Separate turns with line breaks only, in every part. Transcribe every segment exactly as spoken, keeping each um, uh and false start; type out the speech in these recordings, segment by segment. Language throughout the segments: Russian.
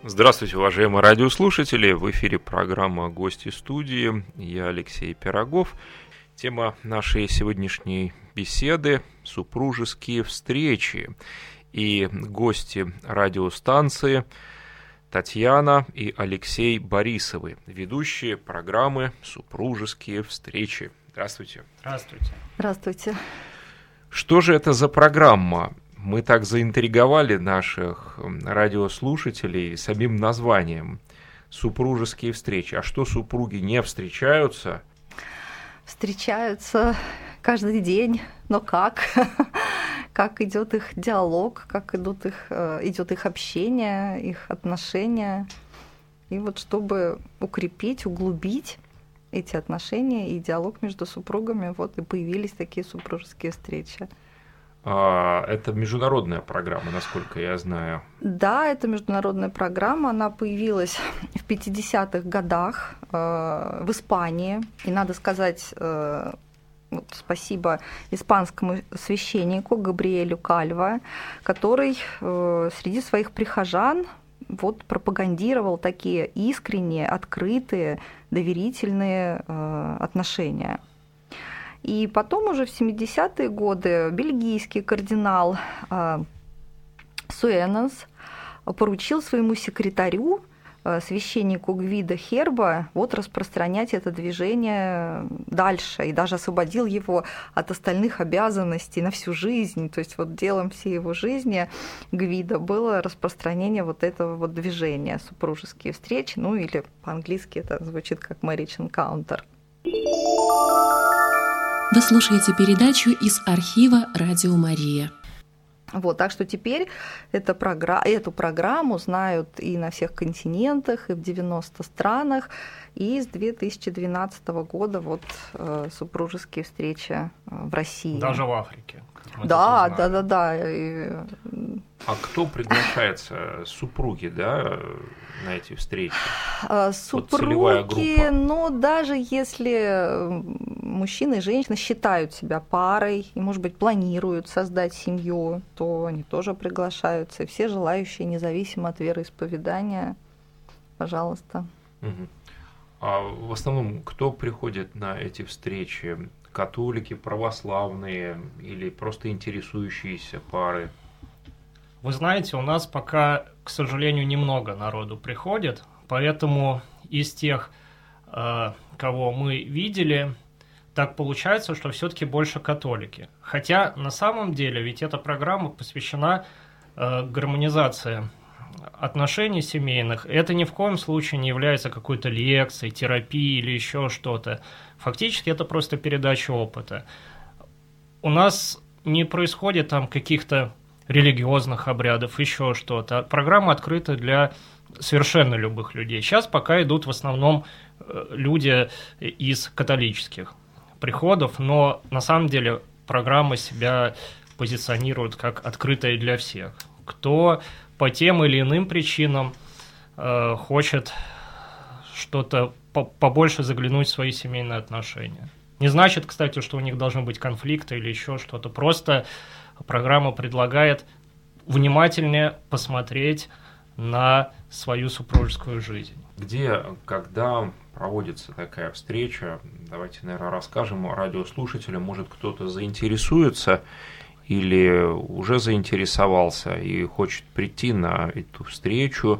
Здравствуйте, уважаемые радиослушатели! В эфире программа «Гости студии». Я Алексей Пирогов. Тема нашей сегодняшней беседы – супружеские встречи. И гости радиостанции Татьяна и Алексей Борисовы, ведущие программы «Супружеские встречи». Здравствуйте.
Здравствуйте.
Здравствуйте.
Что же это за программа? Мы так заинтриговали наших радиослушателей самим названием «Супружеские встречи». А что, супруги не встречаются?
Встречаются каждый день, но как? Как идет их диалог, как идут их, идет их общение, их отношения. И вот чтобы укрепить, углубить эти отношения и диалог между супругами, вот и появились такие супружеские встречи.
Это международная программа, насколько я знаю.
Да, это международная программа. Она появилась в пятидесятых годах э, в Испании. И надо сказать э, вот, спасибо испанскому священнику Габриэлю Кальва, который э, среди своих прихожан вот, пропагандировал такие искренние, открытые, доверительные э, отношения. И потом уже в семидесятые годы бельгийский кардинал э, Суэнос поручил своему секретарю, э, священнику Гвидо Херба, вот, распространять это движение дальше, и даже освободил его от остальных обязанностей на всю жизнь. То есть вот делом всей его жизни Гвидо было распространение вот этого вот движения, супружеские встречи, ну или по-английски это звучит как marriage encounter.
Вы слушаете передачу из архива «Радио Мария».
Вот, так что теперь эту, програ... эту программу знают и на всех континентах, и в девяноста странах. И с две тысячи двенадцатого года вот, э, супружеские встречи в России.
Даже в Африке.
Да, да, да, да. И...
А кто приглашается? Супруги, да, на эти встречи?
Супруги, вот но даже если мужчина и женщина считают себя парой и, может быть, планируют создать семью, то они тоже приглашаются. И все желающие, независимо от вероисповедания, пожалуйста.
Угу. А в основном кто приходит на эти встречи? Католики, православные или просто интересующиеся пары?
Вы знаете, у нас пока, к сожалению, немного народу приходит, поэтому из тех, кого мы видели, так получается, что все-таки больше католики. Хотя на самом деле ведь эта программа посвящена гармонизации отношений семейных. Это ни в коем случае не является какой-то лекцией, терапией или еще что-то. Фактически это просто передача опыта. У нас не происходит там каких-то религиозных обрядов, еще что-то. Программа открыта для совершенно любых людей. Сейчас пока идут в основном люди из католических приходов, но на самом деле программа себя позиционирует как открытая для всех. Кто по тем или иным причинам э, хочет что-то по- побольше заглянуть в свои семейные отношения. Не значит, кстати, что у них должны быть конфликты или еще что-то. Просто программа предлагает внимательнее посмотреть на свою супружескую жизнь.
Где, когда проводится такая встреча? Давайте, наверное, расскажем радиослушателям. Может, кто-то заинтересуется или уже заинтересовался и хочет прийти на эту встречу.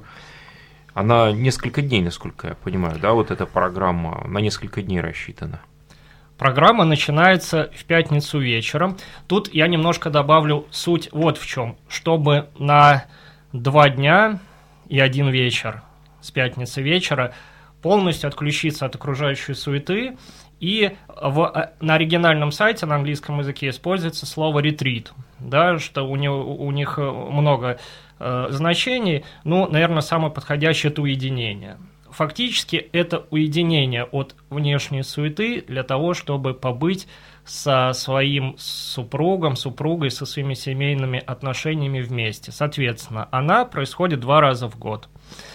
Она несколько дней, насколько я понимаю, да, вот эта программа на несколько дней рассчитана.
Программа начинается в пятницу вечером. Тут я немножко добавлю суть вот в чем. Чтобы на два дня и один вечер с пятницы вечера полностью отключиться от окружающей суеты. И в, на оригинальном сайте на английском языке используется слово «ретрит», да, что у, него, у них много э, значений. Ну, наверное, самое подходящее – это уединение. Фактически это уединение от внешней суеты для того, чтобы побыть со своим супругом, супругой, со своими семейными отношениями вместе. Соответственно, она происходит два раза в год.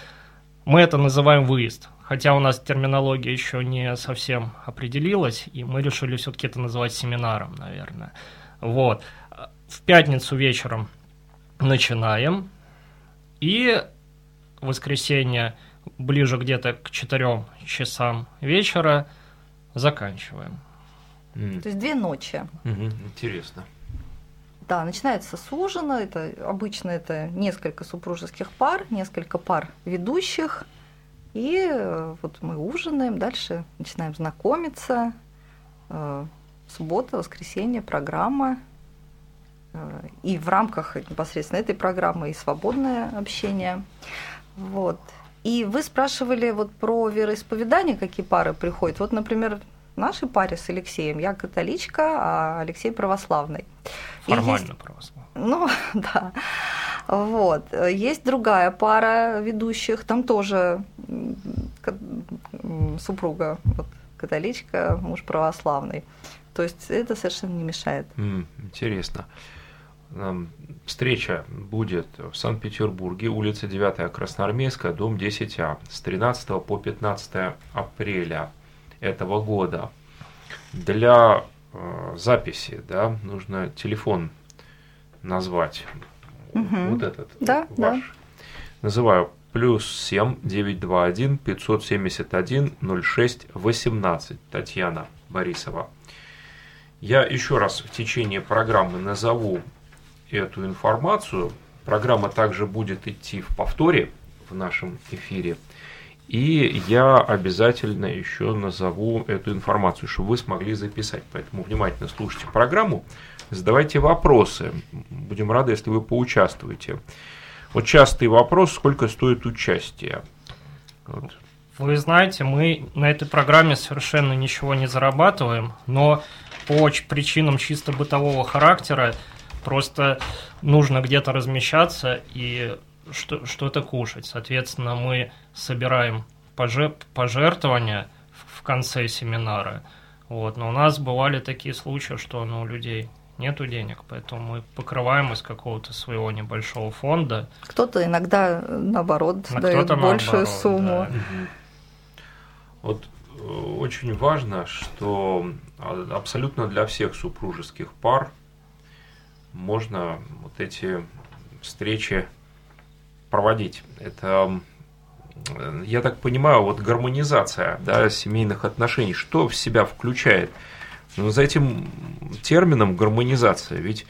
Мы это называем выезд. Хотя у нас терминология еще не совсем определилась, и мы решили все-таки это называть семинаром, наверное. Вот. В пятницу вечером начинаем, и воскресенье ближе где-то к четырем часам вечера заканчиваем.
Mm. То есть две ночи.
Mm-hmm. Интересно.
Да, начинается с ужина. Это, обычно это несколько супружеских пар, несколько пар ведущих. И вот мы ужинаем, дальше начинаем знакомиться. Суббота, воскресенье, программа. И в рамках непосредственно этой программы и свободное общение. Вот. И вы спрашивали вот про вероисповедание, какие пары приходят. Вот, например, в нашей паре с Алексеем я католичка, а Алексей православный.
Формально
есть...
православный.
Ну, да. Вот. Есть другая пара ведущих, там тоже супруга вот, католичка, муж православный. То есть это совершенно не мешает.
Mm, интересно. Встреча будет в Санкт-Петербурге, улица девятая Красноармейская, дом десять А, с тринадцатого по пятнадцатое апреля этого года. Для э, записи, да, нужно телефон назвать.
Угу.
Вот этот
да,
ваш.
Да.
Называю плюс семь девятьсот двадцать один пятьсот семьдесят один ноль шесть восемнадцать. Татьяна Борисова. Я еще раз в течение программы назову эту информацию. Программа также будет идти в повторе в нашем эфире. И я обязательно еще назову эту информацию, чтобы вы смогли записать. Поэтому внимательно слушайте программу, задавайте вопросы. Будем рады, если вы поучаствуете. Вот частый вопрос: сколько стоит участие? Вот.
Вы знаете, мы на этой программе совершенно ничего не зарабатываем, но по причинам чисто бытового характера просто нужно где-то размещаться и что- что-то кушать. Соответственно, мы собираем пожертвования в конце семинара. Вот. Но у нас бывали такие случаи, что ну, у людей нету денег, поэтому мы покрываем из какого-то своего небольшого фонда.
Кто-то иногда, наоборот,
а
дает
кто-то
большую
наоборот,
сумму.
Да.
Вот очень важно, что абсолютно для всех супружеских пар можно вот эти встречи проводить. Это, я так понимаю, вот гармонизация, да, семейных отношений. Что в себя включает? Ну, за этим термином гармонизация ведь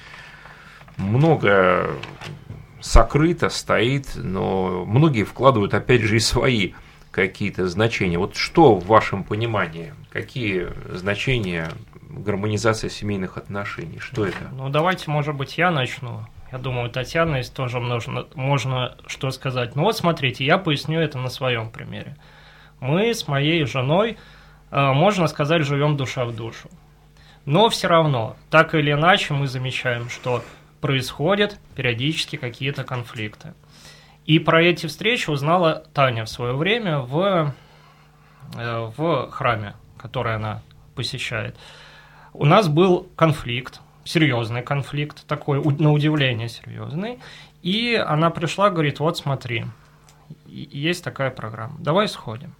много сокрыто стоит, но многие вкладывают, опять же, и свои какие-то значения. Вот что в вашем понимании? Какие значения гармонизации семейных отношений? Что это?
Ну, давайте, может быть, я начну. Я думаю, Татьяна, есть тоже можно, можно что сказать. Ну вот, смотрите, я поясню это на своем примере. Мы с моей женой, можно сказать, живем душа в душу. Но все равно, так или иначе, мы замечаем, что происходят периодически какие-то конфликты. И про эти встречи узнала Таня в свое время в, в храме, который она посещает. У нас был конфликт, серьезный конфликт, такой, на удивление серьезный. И она пришла, говорит, вот смотри, есть такая программа, давай сходим.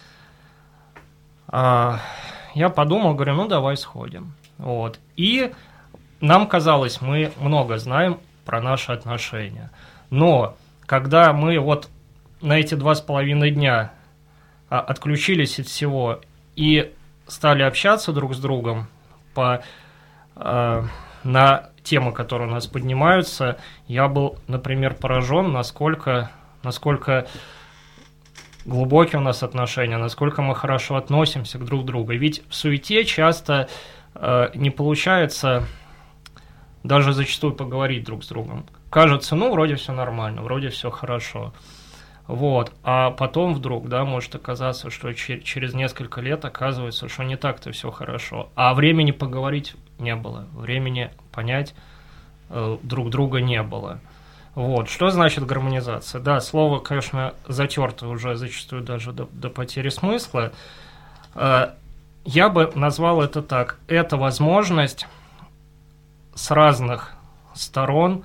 Я подумал, говорю, ну давай сходим. Вот. И нам казалось, мы много знаем про наши отношения. Но когда мы вот на эти два с половиной дня отключились от всего и стали общаться друг с другом по, э, на темы, которые у нас поднимаются, я был, например, поражен, насколько, насколько глубокие у нас отношения, насколько мы хорошо относимся друг к другу. Ведь в суете часто э, не получается даже зачастую поговорить друг с другом. Кажется, ну, вроде все нормально, вроде все хорошо. Вот. А потом вдруг, да, может оказаться, что чер- через несколько лет оказывается, что не так-то все хорошо. А времени поговорить не было, времени понять э, друг друга не было. Вот. Что значит гармонизация? Да, слово, конечно, затерто уже зачастую даже до, до потери смысла. Э, я бы назвал это так. Это возможность с разных сторон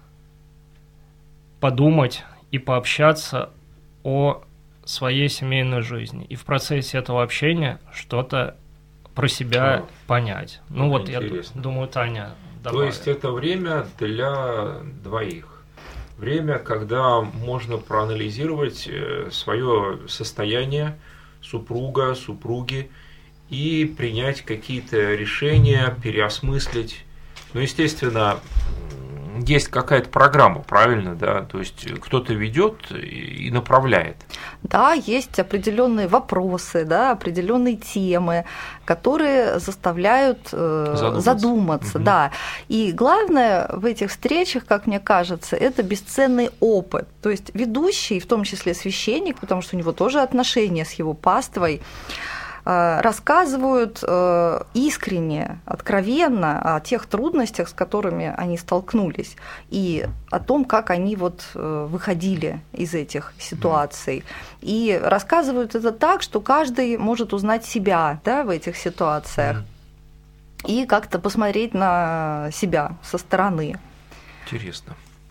подумать и пообщаться о своей семейной жизни. И в процессе этого общения что-то про себя а, понять. Ну вот, интересно. Я думаю, Таня добавит.
То есть это время для двоих? Время, когда можно проанализировать свое состояние супруга, супруги и принять какие-то решения, переосмыслить. Ну, естественно, есть какая-то программа, правильно, да? То есть кто-то ведет и направляет.
Да, есть определенные вопросы, да, определенные темы, которые заставляют э, задуматься, задуматься угу. да. И главное в этих встречах, как мне кажется, это бесценный опыт. То есть ведущий, в том числе священник, потому что у него тоже отношения с его паствой, рассказывают искренне, откровенно о тех трудностях, с которыми они столкнулись, и о том, как они вот выходили из этих ситуаций. И рассказывают это так, что каждый может узнать себя, да, в этих ситуациях и как-то посмотреть на себя со стороны.
Интересно.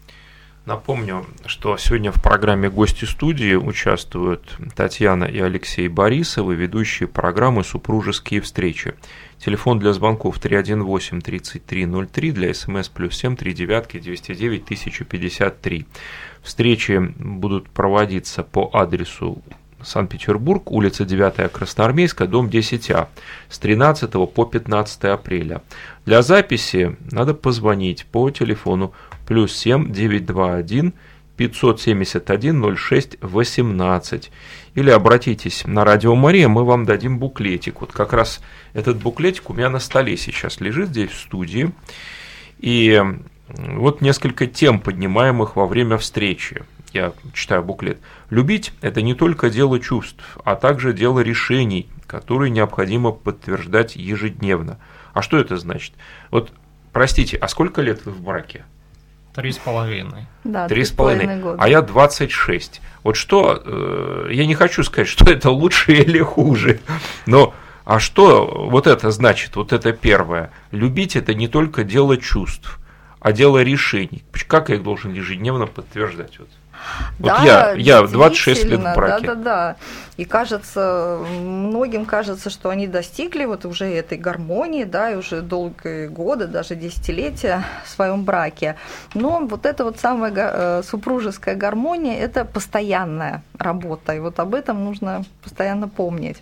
Напомню, что сегодня в программе «Гости студии» участвуют Татьяна и Алексей Борисовы, ведущие программы «Супружеские встречи». Телефон для звонков три один восемь тридцать три ноль три, для СМС плюс семь три девятки двести девять тысяча пятьдесят три. Встречи будут проводиться по адресу Санкт-Петербург, улица девятая Красноармейская, дом десять А, с тринадцатого по пятнадцатое апреля. Для записи надо позвонить по телефону плюс семь девятьсот двадцать один пятьсот семьдесят один ноль шесть восемнадцать. Или обратитесь на Радио Мария, мы вам дадим буклетик. Вот как раз этот буклетик у меня на столе сейчас лежит здесь в студии. И вот несколько тем, поднимаемых во время встречи. Я читаю буклет. Любить – это не только дело чувств, а также дело решений, которые необходимо подтверждать ежедневно. А что это значит? Вот, простите, а сколько лет вы в браке?
Три с половиной.
Да,
три с половиной года. А я двадцать шесть. Вот что, э, я не хочу сказать, что это лучше или хуже, но а что вот это значит, вот это первое? Любить – это не только дело чувств, а дело решений. Как я их должен ежедневно подтверждать? Вот.
Да,
вот я, я двадцать шесть лет в браке.
Да, да, да. И кажется, многим кажется, что они достигли вот уже этой гармонии, да, и уже долгие годы, даже десятилетия в своем браке. Но вот эта вот самая супружеская гармония – это постоянная работа, и вот об этом нужно постоянно помнить.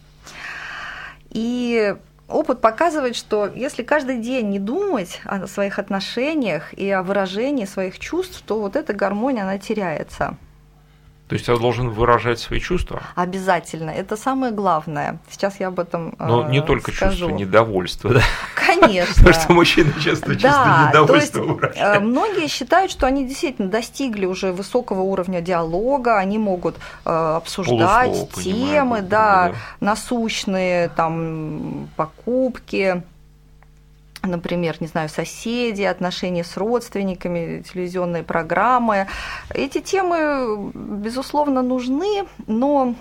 И опыт показывает, что если каждый день не думать о своих отношениях и о выражении своих чувств, то вот эта гармония, она теряется.
То есть я должен выражать свои чувства?
Обязательно. Это самое главное. Сейчас я об этом
Но
э,
не только
скажу.
Чувство недовольства, да?
Конечно.
Потому что мужчины часто чувство
да,
недовольства
то есть,
выражают.
Многие считают, что они действительно достигли уже высокого уровня диалога, они могут э, обсуждать
Полуслова,
темы,
понимаю,
да,
да,
насущные, там, покупки, например, не знаю, соседи, отношения с родственниками, телевизионные программы. Эти темы, безусловно, нужны, но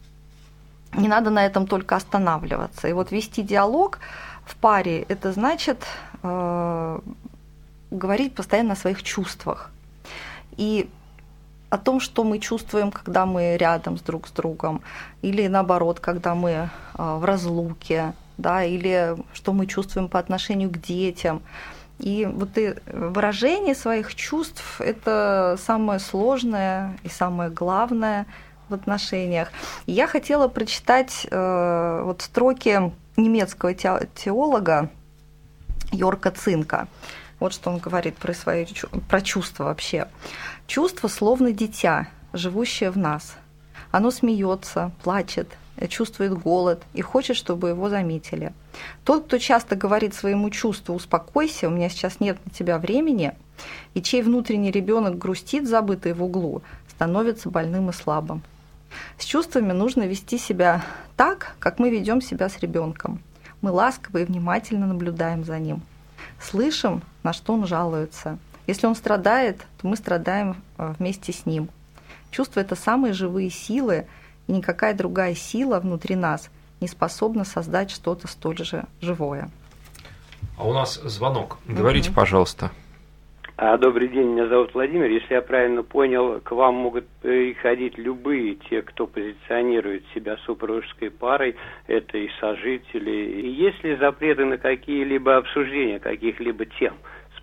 не надо на этом только останавливаться. И вот вести диалог в паре – это значит э, говорить постоянно о своих чувствах. И о том, что мы чувствуем, когда мы рядом с друг с другом, или наоборот, когда мы э, в разлуке, да, или что мы чувствуем по отношению к детям. И вот и выражение своих чувств – это самое сложное и самое главное в отношениях. И я хотела прочитать э, вот строки немецкого теолога Йорка Цинка. Вот что он говорит про свои про чувства вообще. Чувство словно дитя, живущее в нас. Оно смеется, плачет, чувствует голод и хочет, чтобы его заметили. Тот, кто часто говорит своему чувству «успокойся, у меня сейчас нет на тебя времени», и чей внутренний ребенок грустит, забытый в углу, становится больным и слабым. С чувствами нужно вести себя так, как мы ведем себя с ребенком. Мы ласково и внимательно наблюдаем за ним. Слышим, на что он жалуется. Если он страдает, то мы страдаем вместе с ним. Чувства – это самые живые силы, и никакая другая сила внутри нас не способна создать что-то столь же живое.
А у нас звонок. Говорите, угу. пожалуйста.
Добрый день, меня зовут Владимир. Если я правильно понял, к вам могут приходить любые те, кто позиционирует себя супружеской парой, это и сожители. И есть ли запреты на какие-либо обсуждения каких-либо тем?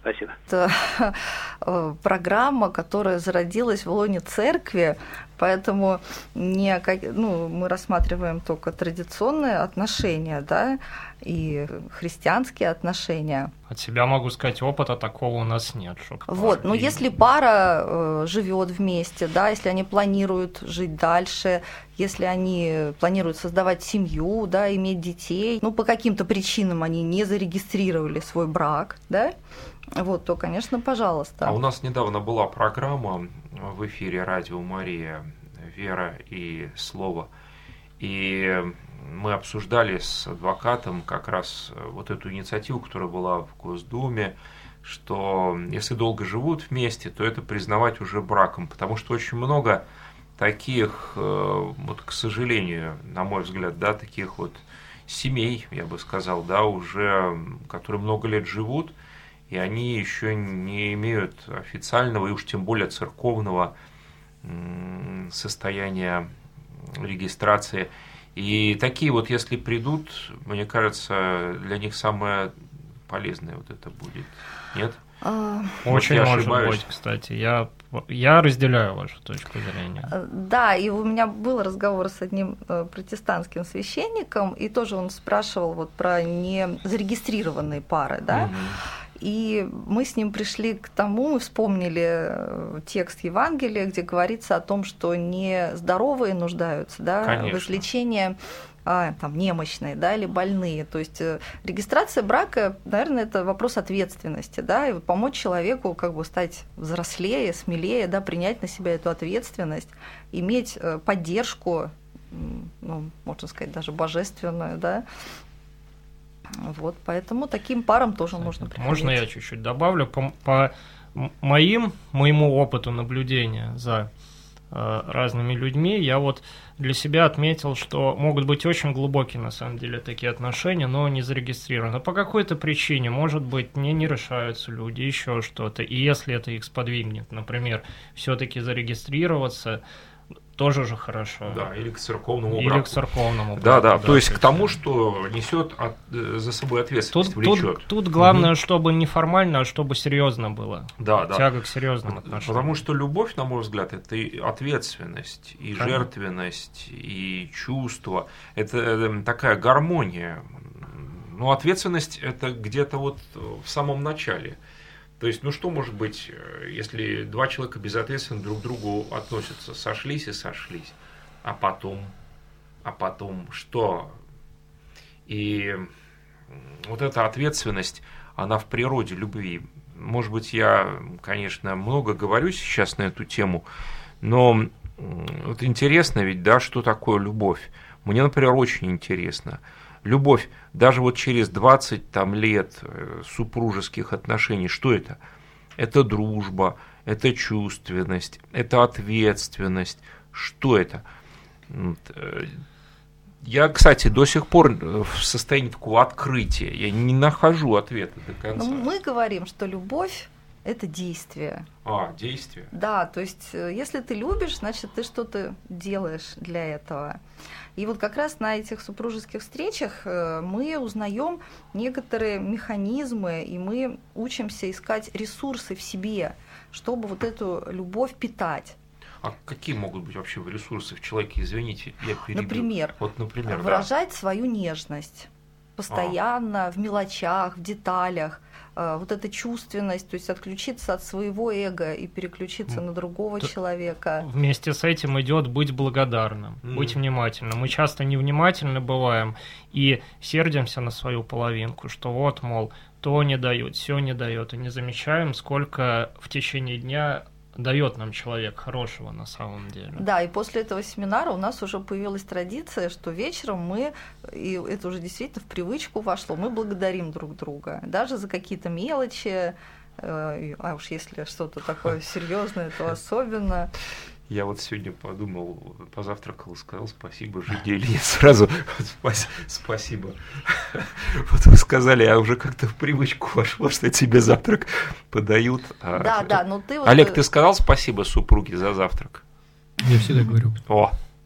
Спасибо.
Это программа, которая зародилась в лоне церкви, поэтому не, ну, мы рассматриваем только традиционные отношения, да, и христианские отношения.
От себя могу сказать, опыта такого у нас нет.
Вот, но и... если пара э, живет вместе, да, если они планируют жить дальше, если они планируют создавать семью, да, иметь детей, ну, по каким-то причинам они не зарегистрировали свой брак, да, вот, то, конечно, пожалуйста.
А у нас недавно была программа в эфире «Радио Мария. Вера и Слово», и мы обсуждали с адвокатом как раз вот эту инициативу, которая была в Госдуме, что если долго живут вместе, то это признавать уже браком, потому что очень много таких, вот, к сожалению, на мой взгляд, да, таких вот семей, я бы сказал, да, уже, которые много лет живут, и они еще не имеют официального и уж тем более церковного состояния регистрации. И такие вот, если придут, мне кажется, для них самое полезное вот это будет. Нет?
Очень может ошибаюсь. быть, кстати. Я, я разделяю вашу точку зрения.
Да, и у меня был разговор с одним протестантским священником, и тоже он спрашивал вот про незарегистрированные пары, да? Угу. И мы с ним пришли к тому, мы вспомнили текст Евангелия, где говорится о том, что не здоровые нуждаются, да, в излечении, а, там, немощные, да, или больные. То есть регистрация брака, наверное, это вопрос ответственности, да, и вот помочь человеку как бы стать взрослее, смелее, да, принять на себя эту ответственность, иметь поддержку, ну, можно сказать, даже божественную, да. Вот, поэтому таким парам тоже нужно приходить.
Можно я чуть-чуть добавлю? По, по моим, моему опыту наблюдения за э, разными людьми, я вот для себя отметил, что могут быть очень глубокие, на самом деле, такие отношения, но не зарегистрированы. По какой-то причине, может быть, не, не решаются люди, еще что-то. И если это их сподвигнет, например, все-таки зарегистрироваться, тоже же хорошо.
Да, или к церковному
или
браку.
Или к церковному
да, браку. Да, да, то есть к тому, что несет от, за собой ответственность,
тут,
влечет.
Тут, тут главное, угу. чтобы не формально, а чтобы серьезно было.
Да, да.
Тяга к серьезным отношениям.
Потому что любовь, на мой взгляд, это и ответственность, и Конечно. жертвенность, и чувство. Это такая гармония. Но ответственность это где-то вот в самом начале. То есть, ну что может быть, если два человека безответственно друг к другу относятся, сошлись и сошлись, а потом, а потом что? И вот эта ответственность, она в природе любви. Может быть, я, конечно, много говорю сейчас на эту тему, но вот интересно ведь, да, что такое любовь. Мне, например, очень интересно. Любовь, даже вот через двадцать там, лет супружеских отношений, что это? Это дружба, это чувственность, это ответственность. Что это? Я, кстати, до сих пор в состоянии такого открытия. Я не нахожу ответа до конца.
Но мы говорим, что любовь – это действие.
А, действие?
Да, то есть если ты любишь, значит, ты что-то делаешь для этого. И вот как раз на этих супружеских встречах мы узнаем некоторые механизмы, и мы учимся искать ресурсы в себе, чтобы вот эту любовь питать.
А какие могут быть вообще ресурсы в человеке? Извините, я перебил.
Например,
вот, например
выражать
да.
свою нежность постоянно, а. в мелочах, в деталях. Вот эта чувственность, то есть отключиться от своего эго и переключиться на другого Т- человека.
Вместе с этим идет быть благодарным, mm. быть внимательным. Мы часто невнимательны бываем и сердимся на свою половинку, что вот, мол, то не дают, все не дает, и не замечаем, сколько в течение дня дает нам человек хорошего на самом деле.
Да, и после этого семинара у нас уже появилась традиция, что вечером мы, и это уже действительно в привычку вошло, мы благодарим друг друга, даже за какие-то мелочи, а уж если что-то такое серьезное, то особенно.
Я вот сегодня подумал, позавтракал и сказал спасибо жене, я сразу спасибо. Вот вы сказали, а уже как-то в привычку вошло, что тебе завтрак подают.
Да, да, но ты вот...
Олег, ты сказал спасибо супруге за завтрак?
Я всегда говорю.
О,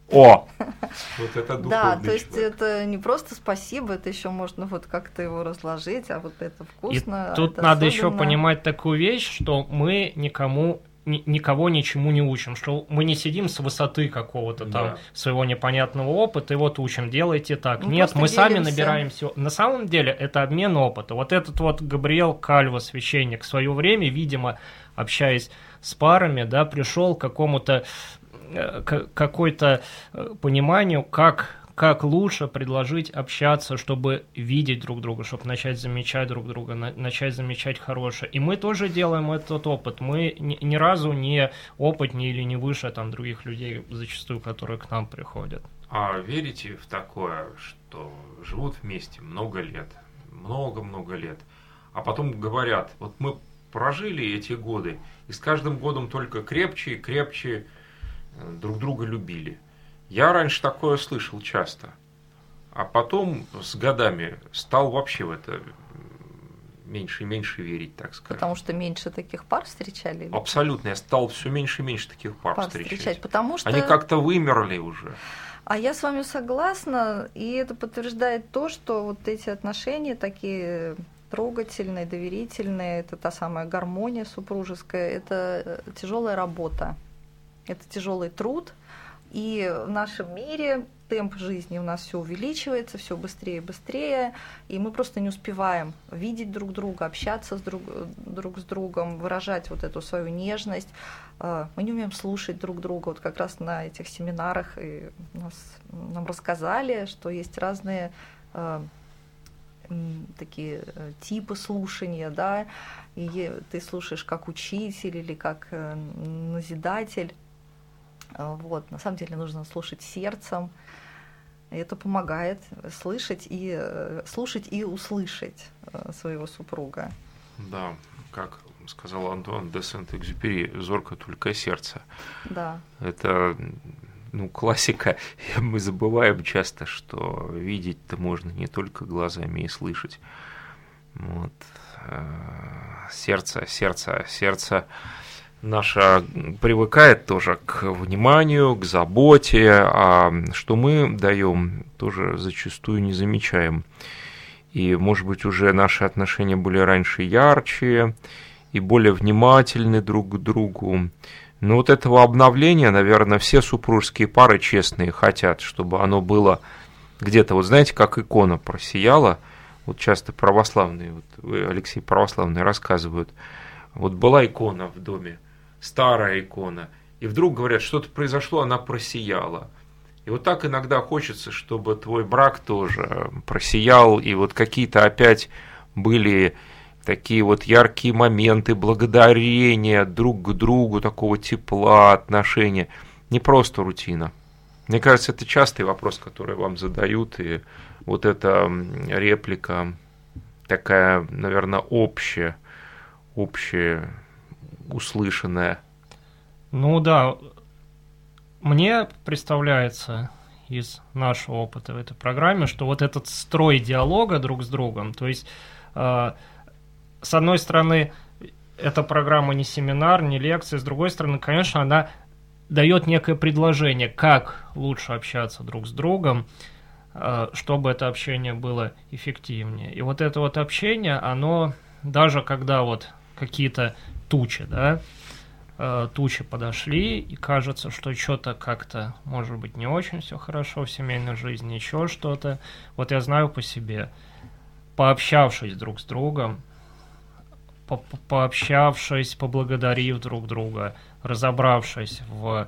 О! Вот это духовный
Да, то есть
человек.
это не просто спасибо, это еще можно вот как-то его разложить, а вот это вкусно.
И тут
это
надо
особенно.
еще понимать такую вещь, что мы никому ни- никого ничему не учим, что мы не сидим с высоты какого-то там
Да.
своего непонятного опыта и вот учим, делайте так.
Мы
Нет,
просто
мы сами
делимся.
набираемся. На самом деле это обмен опыта. Вот этот вот Габриэл Кальво, священник, в свое время, видимо, общаясь с парами, да, пришел к какому-то э, к- какой-то э, пониманию, как как лучше предложить общаться, чтобы видеть друг друга, чтобы начать замечать друг друга, на- начать замечать хорошее. И мы тоже делаем этот опыт. Мы ни, ни разу не опытнее или не выше там, других людей, зачастую, которые к нам приходят.
А верите в такое, что живут вместе много лет, много-много лет, а потом говорят, вот мы прожили эти годы, и с каждым годом только крепче и крепче э, друг друга любили. Я раньше такое слышал часто, а потом с годами стал вообще в это меньше и меньше верить, так сказать.
Потому что меньше таких пар встречали? или
Абсолютно, я стал все меньше и меньше таких пар,
пар
встречать.
встречать? Потому что...
Они как-то вымерли уже.
А я с вами согласна, и это подтверждает то, что вот эти отношения такие трогательные, доверительные, это та самая гармония супружеская, это тяжелая работа, это тяжелый труд, и в нашем мире темп жизни у нас все увеличивается, все быстрее и быстрее, и мы просто не успеваем видеть друг друга, общаться с друг, друг с другом, выражать вот эту свою нежность. Мы не умеем слушать друг друга. Вот как раз на этих семинарах и нас, нам рассказали, что есть разные э, такие типы слушания, да, и ты слушаешь как учитель или как э, назидатель. Вот. На самом деле нужно слушать сердцем. И это помогает слышать и, слушать и услышать своего супруга.
Да, как сказал Антуан де Сент-Экзюпери, зорко только сердце.
Да.
Это, ну, классика. И мы забываем часто, что видеть-то можно не только глазами и слышать. Вот. Сердце, сердце, сердце наше привыкает тоже к вниманию, к заботе, а что мы даем, тоже зачастую не замечаем. И, может быть, уже наши отношения были раньше ярче и более внимательны друг к другу. Но вот этого обновления, наверное, все супружеские пары честные хотят, чтобы оно было где-то, вот знаете, как икона просияла, вот часто православные, вот Алексей православные рассказывают, вот была икона в доме, старая икона, и вдруг говорят, что-то произошло, она просияла. И вот так иногда хочется, чтобы твой брак тоже просиял, и вот какие-то опять были такие вот яркие моменты благодарения друг к другу, такого тепла, отношения. Не просто рутина. Мне кажется, это частый вопрос, который вам задают, и вот эта реплика такая, наверное, общая, общая, услышанная.
Ну да, мне представляется из нашего опыта в этой программе, что вот этот строй диалога друг с другом, то есть, э, с одной стороны, эта программа не семинар, не лекция, с другой стороны, конечно, она дает некое предложение, как лучше общаться друг с другом, э, чтобы это общение было эффективнее. И вот это вот общение, оно, даже когда вот какие-то тучи, да, э, тучи подошли, и кажется, что что-то как-то, может быть, не очень все хорошо в семейной жизни, еще что-то. Вот я знаю по себе, пообщавшись друг с другом, по пообщавшись, поблагодарив друг друга, разобравшись в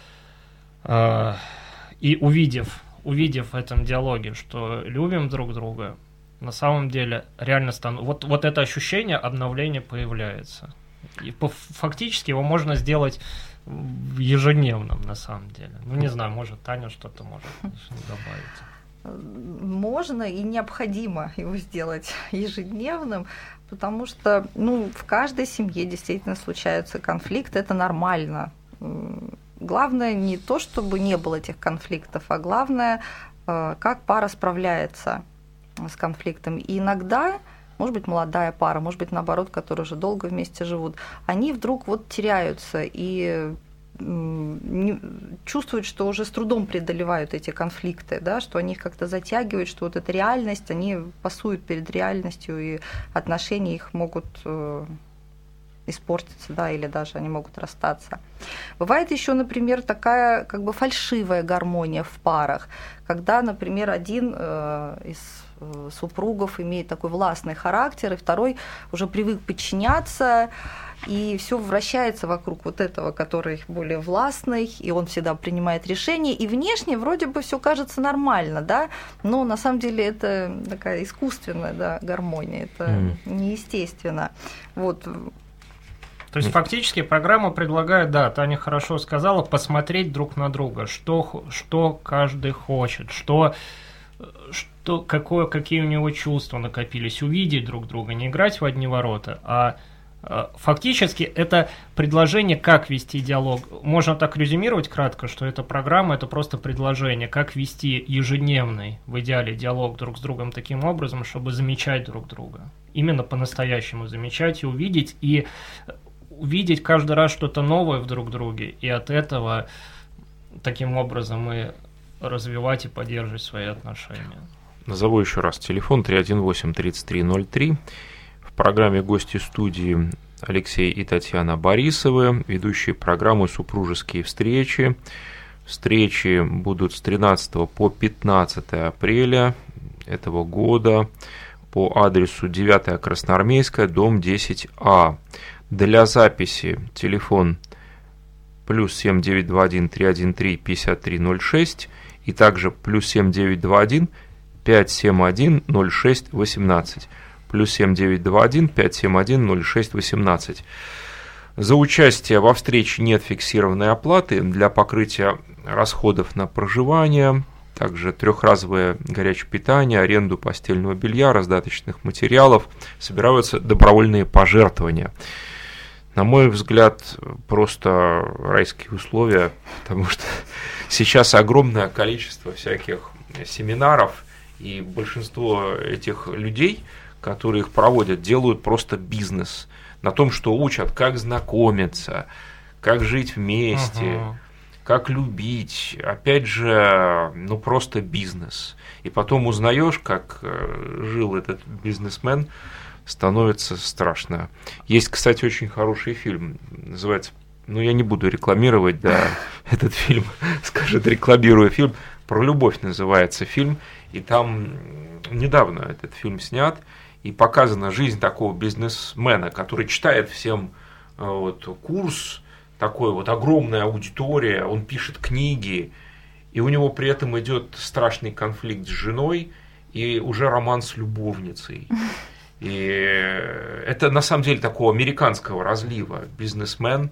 э, и увидев, увидев в этом диалоге, что любим друг друга, на самом деле реально стану... вот, вот это ощущение обновления появляется. И по, фактически его можно сделать ежедневным, на самом деле. Ну, не знаю, может, Таня что-то может добавить.
Можно и необходимо его сделать ежедневным, потому что, ну, в каждой семье действительно случаются конфликты, это нормально. Главное не то, чтобы не было этих конфликтов, а главное, как пара справляется с конфликтом. И иногда, может быть, молодая пара, может быть, наоборот, которые уже долго вместе живут, они вдруг вот теряются, и не, чувствуют, что уже с трудом преодолевают эти конфликты, да, что они их как-то затягивают, что вот эта реальность, они пасуют перед реальностью, и отношения их могут э, испортиться, да, или даже они могут расстаться. Бывает еще, например, такая как бы фальшивая гармония в парах, когда, например, один э, из супругов имеет такой властный характер, и второй уже привык подчиняться, и все вращается вокруг вот этого, который более властный, и он всегда принимает решения, и внешне вроде бы все кажется нормально, да, но на самом деле это такая искусственная, да, гармония, это mm. неестественно. Вот.
То есть фактически программа предлагает, да, Таня хорошо сказала, посмотреть друг на друга, что, что каждый хочет, что, что, какое, какие у него чувства накопились, увидеть друг друга, не играть в одни ворота, а фактически это предложение, как вести диалог. Можно так резюмировать кратко, что эта программа – это просто предложение, как вести ежедневный, в идеале, диалог друг с другом таким образом, чтобы замечать друг друга. Именно по-настоящему замечать и увидеть, и увидеть каждый раз что-то новое в друг друге, и от этого таким образом и развивать и поддерживать свои отношения.
Назову еще раз телефон три один восемь тридцать три ноль три. В программе гости студии Алексей и Татьяна Борисовы, ведущие программы «Супружеские встречи». Встречи будут с тринадцатого по пятнадцатое апреля этого года по адресу девятая Красноармейская, дом десять А. Для записи телефон плюс семь девять два один три один три пятьдесят три ноль шесть и также плюс семь девять два один пять семь один ноль шесть восемнадцать. Плюс семь девять два один пять семь один ноль шесть восемнадцать. За участие во встрече нет фиксированной оплаты. Для покрытия расходов на проживание, также трехразовое горячее питание, аренду постельного белья, раздаточных материалов собираются добровольные пожертвования. На мой взгляд, просто райские условия, потому что сейчас огромное количество всяких семинаров, и большинство этих людей, которые их проводят, делают просто бизнес на том, что учат, как знакомиться, как жить вместе, uh-huh. как любить. Опять же, ну просто бизнес. И потом узнаешь, как жил этот бизнесмен, становится страшно. Есть, кстати, очень хороший фильм, называется, ну я не буду рекламировать, да, этот фильм, скажет, рекламируя фильм, про любовь называется фильм, и там недавно этот фильм снят, и показана жизнь такого бизнесмена, который читает всем вот, курс, такой вот огромная аудитория, он пишет книги, и у него при этом идет страшный конфликт с женой и уже роман с любовницей. И это на самом деле такого американского разлива бизнесмен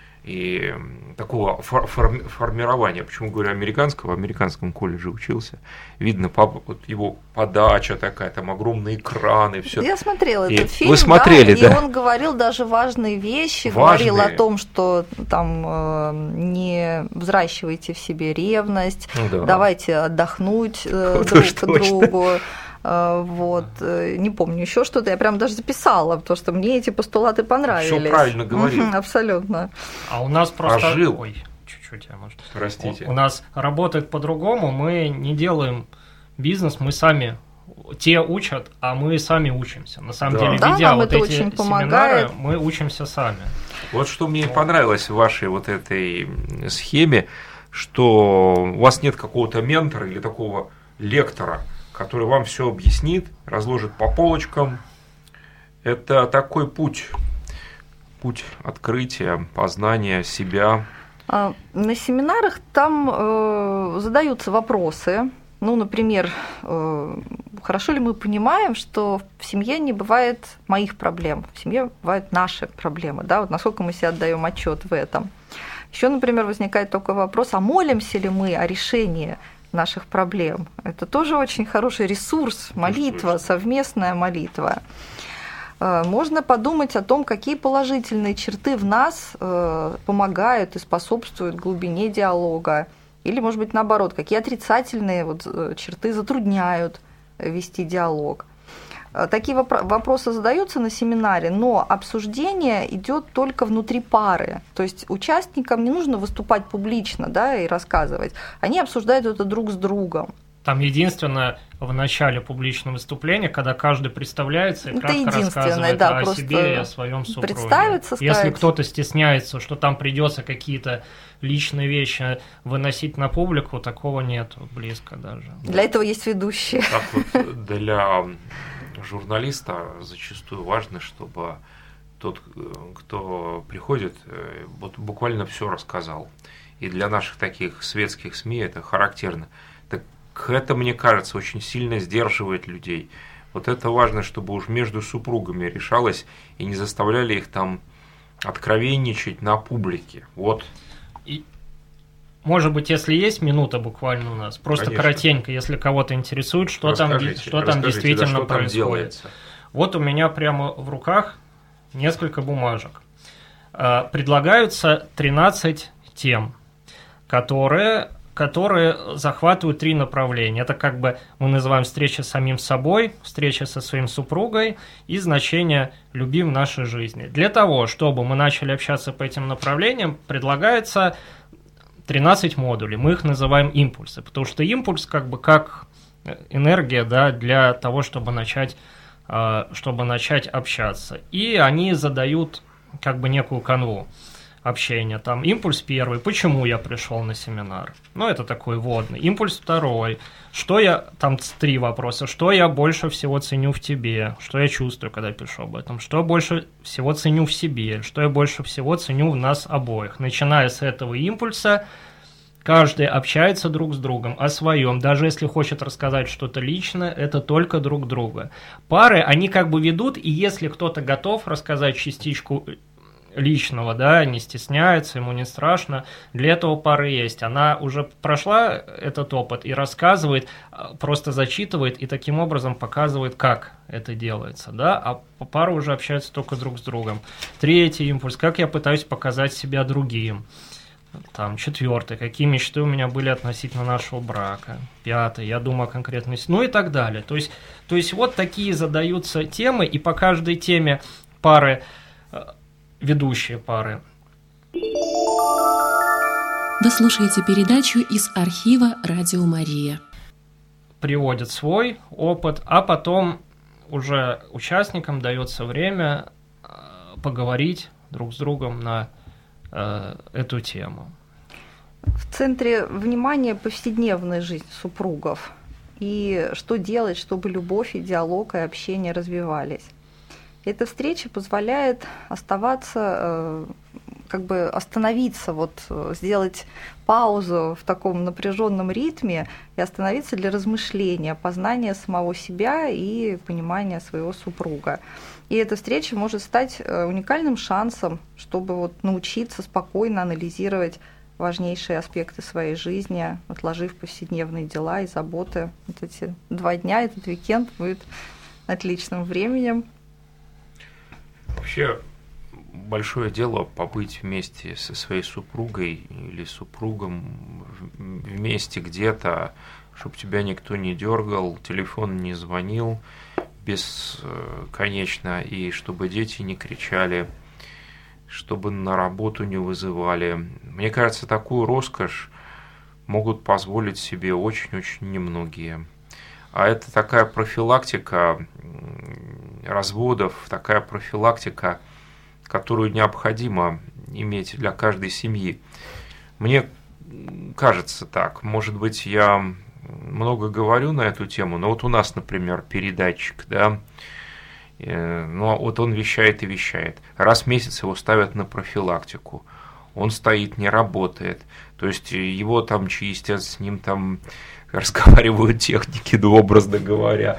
и такого фор- формирования. Почему говорю американского? В американском колледже учился. Видно, папа, вот его подача такая, там огромные экраны, все.
Я смотрела и этот фильм,
вы смотрели,
да,
да?
И он говорил даже важные вещи,
важные.
Говорил о том, что там э, не взращивайте в себе ревность, да. Давайте отдохнуть э, друг к другу. Вот, не помню еще что-то, я прям даже записала, потому что мне эти постулаты понравились.
Все правильно говорит.
Угу, абсолютно.
А у нас просто...
Ожил.
Ой, чуть-чуть я, может...
Простите.
У, у нас работает по-другому, мы не делаем бизнес, мы сами... Те учат, а мы сами учимся. На самом да. деле,
да,
ведя вот эти
очень
семинары,
помогает.
Мы учимся сами.
Вот что мне понравилось в вашей вот этой схеме, что у вас нет какого-то ментора или такого лектора, который вам все объяснит, разложит по полочкам. Это такой путь, путь открытия, познания себя.
На семинарах там э, задаются вопросы. Ну, например, э, хорошо ли мы понимаем, что в семье не бывает моих проблем, в семье бывают наши проблемы, да, вот насколько мы себе отдаем отчет в этом. Еще, например, возникает такой вопрос, а молимся ли мы о решении наших проблем. Это тоже очень хороший ресурс, молитва, совместная молитва. Можно подумать о том, какие положительные черты в нас помогают и способствуют глубине диалога. Или, может быть, наоборот, какие отрицательные вот черты затрудняют вести диалог. Такие вопросы задаются на семинаре, но обсуждение идет только внутри пары. То есть участникам не нужно выступать публично, да, и рассказывать. Они обсуждают это друг с другом.
Там единственное, в начале публичного выступления, когда каждый представляется и кратко рассказывает
да,
о себе и о своем супруге.
Представиться,
Если
сказать.
кто-то стесняется, что там придется какие-то личные вещи выносить на публику, такого нет близко даже.
Для этого есть ведущие.
Так вот, для журналиста зачастую важно, чтобы тот, кто приходит, вот буквально все рассказал. И для наших таких светских СМИ это характерно. Так это, мне кажется, очень сильно сдерживает людей. Вот это важно, чтобы уж между супругами решалось и не заставляли их там откровенничать на публике. Вот.
И, может быть, если есть минута буквально у нас, просто Конечно. коротенько, если кого-то интересует, что там, что там действительно да, что происходит. Там делается. Вот у меня прямо в руках несколько бумажек. Предлагаются тринадцать тем, которые, которые захватывают три направления. Это как бы мы называем встреча с самим собой, встреча со своим супругой и значение любви в нашей жизни. Для того, чтобы мы начали общаться по этим направлениям, предлагается тринадцать модулей. Мы их называем импульсы, потому что импульс как бы как энергия, да, для того, чтобы начать, чтобы начать общаться. И они задают как бы некую канву общения. Там импульс первый, почему я пришел на семинар? Ну, это такой вводный. Импульс второй, что я, там три вопроса, что я больше всего ценю в тебе, что я чувствую, когда пишу об этом, что я больше всего ценю в себе, что я больше всего ценю в нас обоих. Начиная с этого импульса, каждый общается друг с другом о своем, даже если хочет рассказать что-то личное, это только друг друга. Пары, они как бы ведут, и если кто-то готов рассказать частичку личного, да, не стесняется, ему не страшно, для этого пары есть. Она уже прошла этот опыт и рассказывает, просто зачитывает и таким образом показывает, как это делается, да, а пары уже общаются только друг с другом. Третий импульс, как я пытаюсь показать себя другим. Там, четвертый, какие мечты у меня были относительно нашего брака. Пятый, я думаю о конкретной... Ну и так далее. То есть, то есть вот такие задаются темы, и по каждой теме пары, ведущие пары.
Вы слушаете передачу из архива «Радио Мария».
Приводят свой опыт, а потом уже участникам дается время поговорить друг с другом на эту тему.
В центре внимания повседневная жизнь супругов и что делать, чтобы любовь и диалог и общение развивались. Эта встреча позволяет оставаться, как бы остановиться, вот, сделать паузу в таком напряженном ритме и остановиться для размышления, познания самого себя и понимания своего супруга. И эта встреча может стать уникальным шансом, чтобы вот научиться спокойно анализировать важнейшие аспекты своей жизни, отложив повседневные дела и заботы. Вот эти два дня, этот уикенд будет отличным временем.
Вообще большое дело побыть вместе со своей супругой или супругом, вместе где-то, чтобы тебя никто не дергал, телефон не звонил бесконечно, и чтобы дети не кричали, чтобы на работу не вызывали. Мне кажется, такую роскошь могут позволить себе очень-очень немногие. А это такая профилактика разводов, такая профилактика, которую необходимо иметь для каждой семьи. Мне кажется так, может быть, я много говорю на эту тему, но вот у нас, например, передатчик, да, ну вот он вещает и вещает. Раз в месяц его ставят на профилактику. Он стоит, не работает. То есть его там чистят, с ним там разговаривают техники, ну, образно говоря.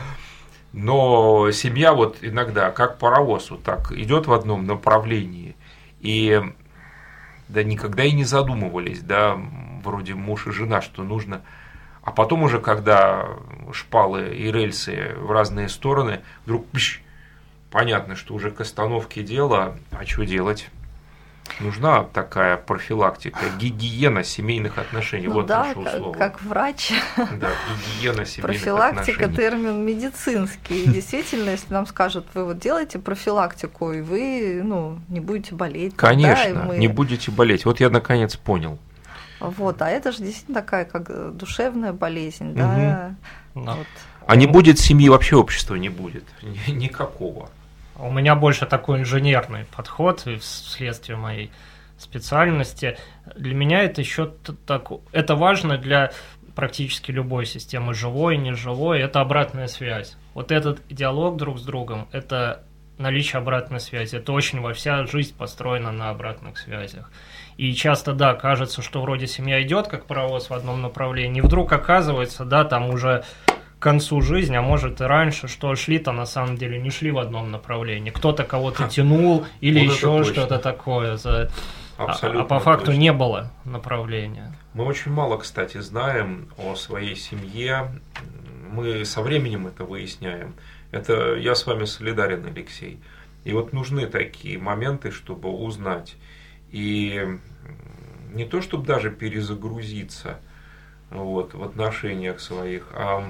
Но семья вот иногда, как паровоз, вот так идет в одном направлении. И да никогда и не задумывались, да, вроде муж и жена, что нужно. А потом уже, когда шпалы и рельсы в разные стороны, вдруг пш, понятно, что уже к остановке дела, а что делать? нужна такая профилактика, гигиена семейных отношений.
Ну
вот
да,
наше
как,
слово.
как врач.
Да, гигиена семейных
Профилактика
отношений.
термин медицинский. И действительно, если нам скажут, вы вот делаете профилактику, и вы ну, не будете болеть.
Конечно,
да, мы...
не будете болеть. Вот я наконец понял.
Вот, а это же действительно такая как душевная болезнь, да.
Угу.
Вот.
А не будет семьи, вообще общества не будет. Никакого.
У меня больше такой инженерный подход и вследствие моей специальности. Для меня это еще так, это важно для практически любой системы, живой и неживой, это обратная связь. Вот этот диалог друг с другом, это наличие обратной связи. Это очень во вся жизнь построена на обратных связях. И часто, да, кажется, что вроде семья идет как паровоз в одном направлении, и вдруг оказывается, да, там уже к концу жизни, а может и раньше, что шли-то на самом деле не шли в одном направлении. Кто-то кого-то тянул или
вот
еще что-то такое. За...
Абсолютно
а, а по факту
точно.
не было направления.
Мы очень мало, кстати, знаем о своей семье. Мы со временем это выясняем. Это я с вами солидарен, Алексей. И вот нужны такие моменты, чтобы узнать. И не то, чтобы даже перезагрузиться вот, в отношениях своих, а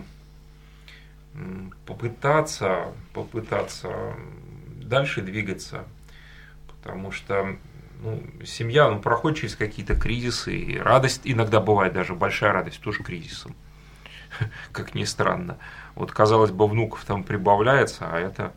попытаться, попытаться дальше двигаться. Потому что ну, семья ну, проходит через какие-то кризисы, и радость иногда бывает, даже большая радость тоже кризисом, как ни странно. Вот, казалось бы, внуков там прибавляется, а это,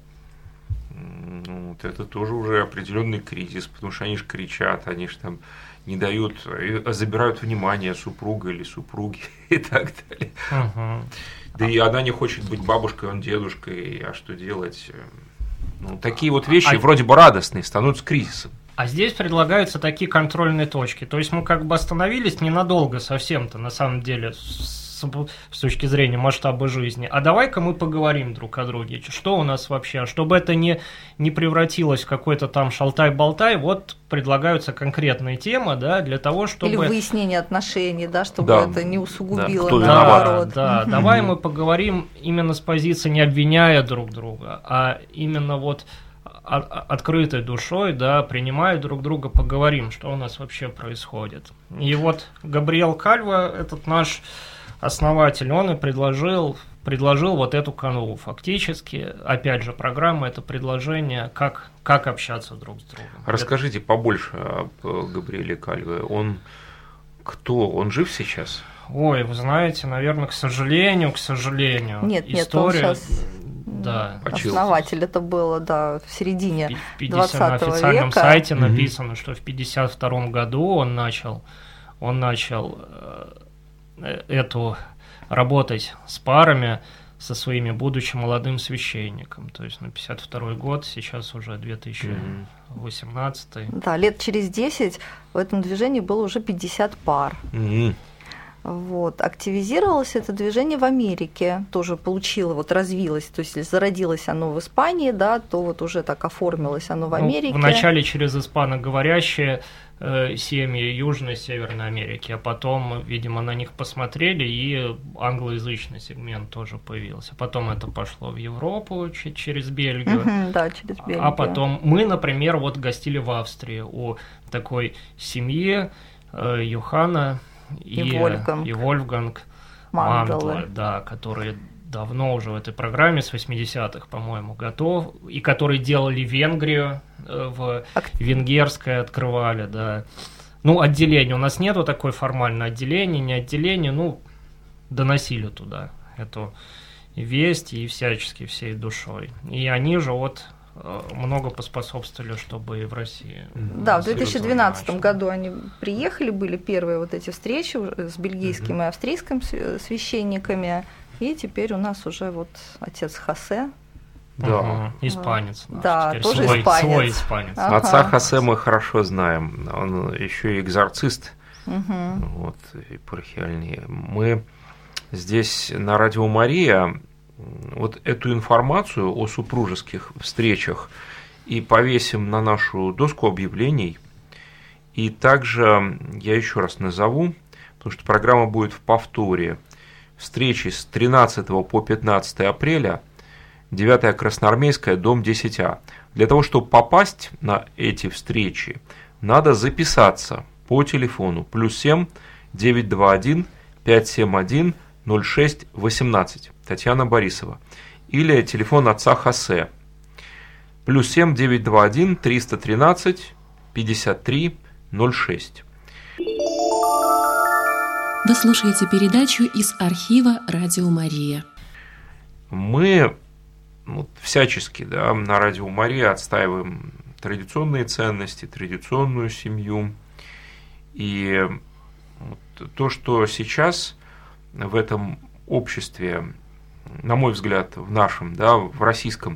ну, вот это тоже уже определенный кризис, потому что они же кричат, они же там не дают, забирают внимание супруга или супруги и так далее.
Угу.
Да и она не хочет быть бабушкой, он дедушкой, а что делать? Ну, такие вот вещи
а...
вроде бы радостные становятся кризисом.
А здесь предлагаются такие контрольные точки. То есть мы как бы остановились ненадолго совсем-то, на самом деле, с, с точки зрения масштаба жизни. А давай-ка мы поговорим друг о друге. Что у нас вообще? Чтобы это не, не превратилось в какой-то там шалтай-болтай, вот предлагаются конкретные темы, да, для того, чтобы...
Или выяснение отношений, да, чтобы
да.
это не усугубило,
да.
наоборот.
Да, да. Давай мы поговорим именно с позиции не обвиняя друг друга, а именно вот открытой душой, да, принимая друг друга, поговорим, что у нас вообще происходит. И вот Габриэл Кальва, этот наш основатель, он и предложил, предложил вот эту канву. Фактически, опять же, программа – это предложение, как, как общаться друг с другом.
Расскажите это... побольше о Габриэле Кальве. Он кто? Он жив сейчас?
Ой, вы знаете, наверное, к сожалению, к сожалению.
Нет,
история...
нет, он сейчас...
Да.
Основатель это было, да, в середине
двадцатого века. На официальном сайте написано, что в пятьдесят втором году он начал, он начал э, эту работать с парами со своими, будучи молодым священником. То есть на пятьдесят второй год, сейчас уже две тысячи восемнадцатый.
Да, лет через десять в этом движении было уже пятьдесят пар.
Mm-hmm.
Вот. Активизировалось это движение в Америке, тоже получило, вот развилось, то есть зародилось оно в Испании, да, то вот уже так оформилось оно в Америке.
Ну, вначале через испаноговорящие э, семьи Южной и Северной Америки, а потом, видимо, на них посмотрели, и англоязычный сегмент тоже появился. Потом это пошло в Европу ч- через Бельгию.
Угу, да, через Бельгию.
А потом мы, например, вот гостили в Австрии у такой семьи э, Йохана И,
и Вольфганг,
и Вольфганг Мантле, да, которые давно уже в этой программе с восьмидесятых, по-моему, готов, и которые делали Венгрию, в венгерское открывали, да. Ну, отделение, у нас нету такой формальной отделения, не отделение, ну, доносили туда эту весть и всячески всей душой. И они же вот много поспособствовали, чтобы и в России.
Да, в две тысячи двенадцатом году они приехали, были первые вот эти встречи с бельгийским mm-hmm. и австрийским священниками, и теперь у нас уже вот отец Хосе.
Да, угу. Испанец.
Наш, да, тоже
свой,
испанец.
Свой испанец.
Ага.
Отца Хосе мы хорошо знаем, он еще и экзорцист,
угу.
вот, епархиальный. Мы здесь на Радио Мария вот эту информацию о супружеских встречах и повесим на нашу доску объявлений. И также я еще раз назову, потому что программа будет в повторе. Встречи с тринадцатого по пятнадцатое апреля. девятая Красноармейская, дом десять А. Для того, чтобы попасть на эти встречи, надо записаться по телефону плюс семь девятьсот двадцать один пятьсот семьдесят один ноль шесть восемнадцать, Татьяна Борисова, или телефон отца Хосе плюс семь девятьсот двадцать один триста тринадцать пятьдесят три ноль шесть.
Вы слушаете передачу из архива «Радио Мария».
Мы ну, всячески да, на Радио Мария отстаиваем традиционные ценности, традиционную семью. И вот то, что сейчас в этом обществе, на мой взгляд, в нашем, да, в российском,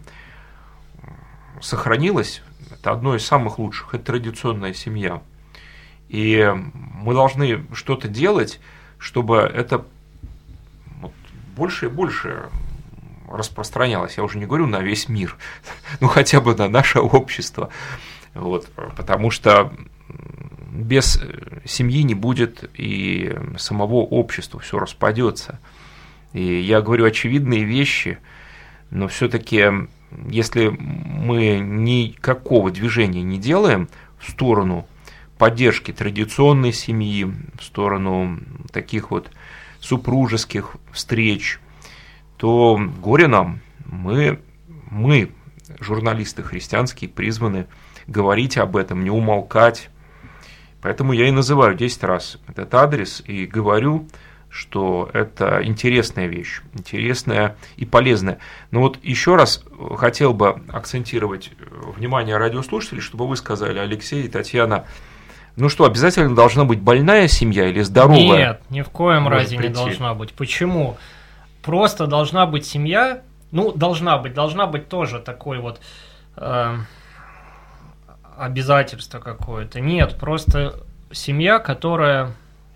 сохранилось, это одно из самых лучших, это традиционная семья. И мы должны что-то делать, чтобы это вот больше и больше распространялось. Я уже не говорю на весь мир, ну хотя бы на наше общество. Вот, потому что без семьи не будет и самого общества, все распадется. И я говорю очевидные вещи, но все-таки, если мы никакого движения не делаем в сторону поддержки традиционной семьи, в сторону таких вот супружеских встреч, то горе нам. Мы, мы, журналисты христианские, призваны говорить об этом, не умолкать. Поэтому я и называю десять раз этот адрес и говорю, что это интересная вещь, интересная и полезная. Но вот еще раз хотел бы акцентировать внимание радиослушателей, чтобы вы сказали, Алексей и Татьяна, ну что, обязательно должна быть больная семья или здоровая?
Нет, ни в коем разе не должна быть. Почему? Просто должна быть семья, ну, должна быть, должна быть тоже такой вот э, обязательство какое-то. Нет, просто семья, которая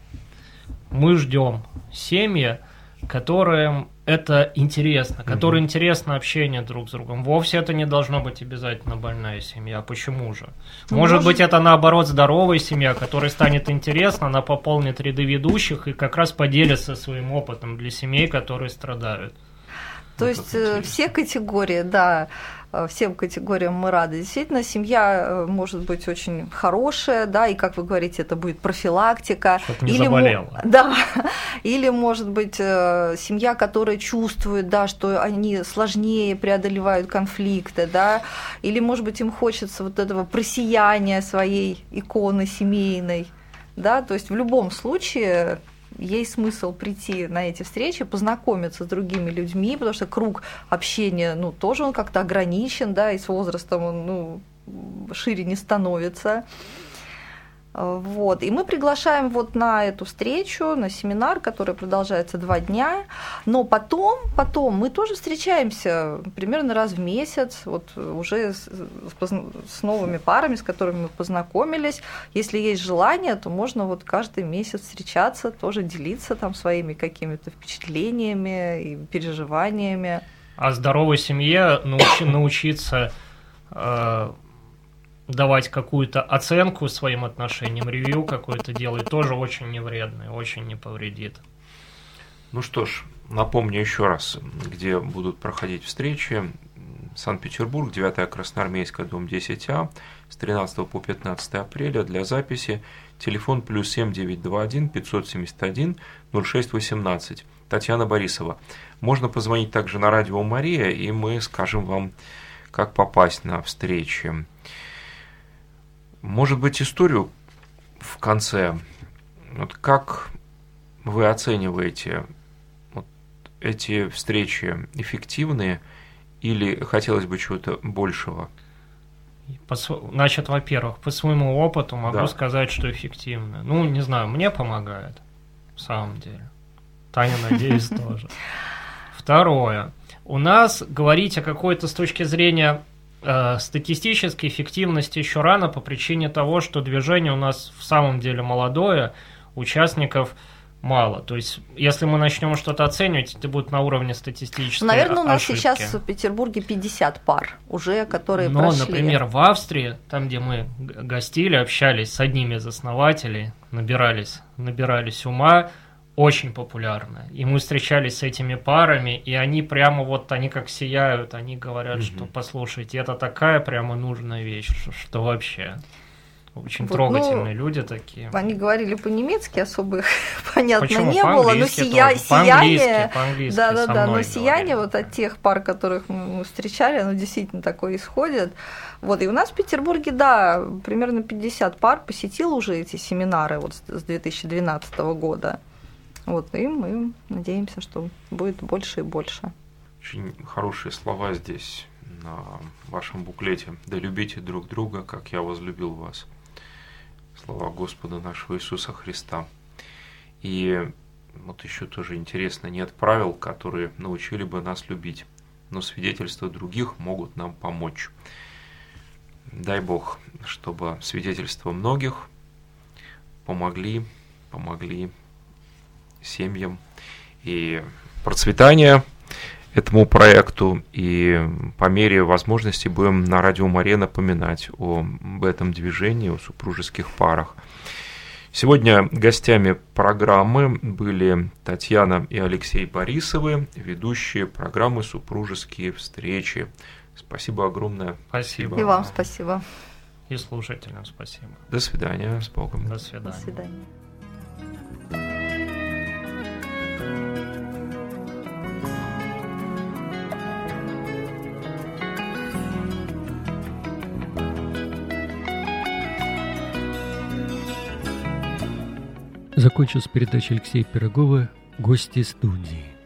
мы ждем, семьи, которым это интересно, которым mm-hmm. интересно общение друг с другом. Вовсе это не должно быть обязательно больная семья. Почему же? Ну, может, может быть, это наоборот здоровая семья, которой станет интересно, она пополнит ряды ведущих и как раз поделится своим опытом для семей, которые страдают.
То ну, есть все категории, да, всем категориям мы рады. Действительно, семья может быть очень хорошая, да, и, как вы говорите, это будет профилактика.
Чтоб не или заболела.
Да, или, может быть, семья, которая чувствует, да, что они сложнее преодолевают конфликты, да, или, может быть, им хочется вот этого просияния своей иконы семейной, да, то есть в любом случае есть смысл прийти на эти встречи, познакомиться с другими людьми, потому что круг общения, ну, тоже он как-то ограничен, да, и с возрастом он, ну, шире не становится. Вот. И мы приглашаем вот на эту встречу, на семинар, который продолжается два дня, но потом, потом мы тоже встречаемся примерно раз в месяц, вот уже с, с новыми парами, с которыми мы познакомились. Если есть желание, то можно вот каждый месяц встречаться, тоже делиться там своими какими-то впечатлениями и переживаниями.
А здоровой семье научи, научиться э, давать какую-то оценку своим отношениям, ревью какое-то делать, тоже очень не вредно и очень не повредит.
Ну что ж, напомню еще раз, где будут проходить встречи. Санкт-Петербург, девятая Красноармейская, дом десять А, с тринадцатого по пятнадцатое апреля. Для записи телефон плюс семь девятьсот двадцать один пятьсот семьдесят один ноль шесть восемнадцать. Татьяна Борисова. Можно позвонить также на Радио Мария, и мы скажем вам, как попасть на встречи. Может быть, историю в конце. Вот как вы оцениваете вот эти встречи, эффективные или хотелось бы чего-то большего?
Значит, во-первых, по своему опыту могу
да.
сказать, что эффективно. Ну, не знаю, мне помогает, в самом деле. Таня, надеюсь, тоже. Второе. У нас говорить о какой-то с точки зрения статистической эффективности еще рано по причине того, что движение у нас в самом деле молодое, участников мало. То есть, если мы начнем что-то оценивать, это будет на уровне статистической
Наверное, у нас
ошибки.
Сейчас в Петербурге пятьдесят пар уже, которые
Но,
прошли.
например, в Австрии, там, где мы гостили, общались с одними из основателей, набирались, набирались ума, очень популярно. И мы встречались с этими парами, и они прямо вот, они как сияют, они говорят, mm-hmm. что, послушайте, это такая прямо нужная вещь, что, что вообще... Очень вот, трогательные ну, люди такие.
Они говорили по-немецки, особо понятно
Почему?
не было, но сия... сияние,
по-английски
да, да, да, но
говорили.
сияние вот от тех пар, которых мы встречали, оно действительно такое исходит. Вот, и у нас в Петербурге, да, примерно пятьдесят пар посетило уже эти семинары вот с две тысячи двенадцатого года. Вот, и мы надеемся, что будет больше и больше.
Очень хорошие слова здесь на вашем буклете. «Да любите друг друга, как я возлюбил вас». Слова Господа нашего Иисуса Христа. И вот еще тоже интересно, нет правил, которые научили бы нас любить, но свидетельства других могут нам помочь. Дай Бог, чтобы свидетельства многих помогли, помогли семьям и процветание этому проекту, и по мере возможности будем на Радио Мария напоминать об этом движении, о супружеских парах. Сегодня гостями программы были Татьяна и Алексей Борисовы, ведущие программы «Супружеские встречи». Спасибо огромное.
Спасибо.
И вам спасибо.
И слушателям спасибо.
До свидания. С Богом.
До свидания.
До свидания.
Закончил с передачей Алексея Пирогова «Гости студии».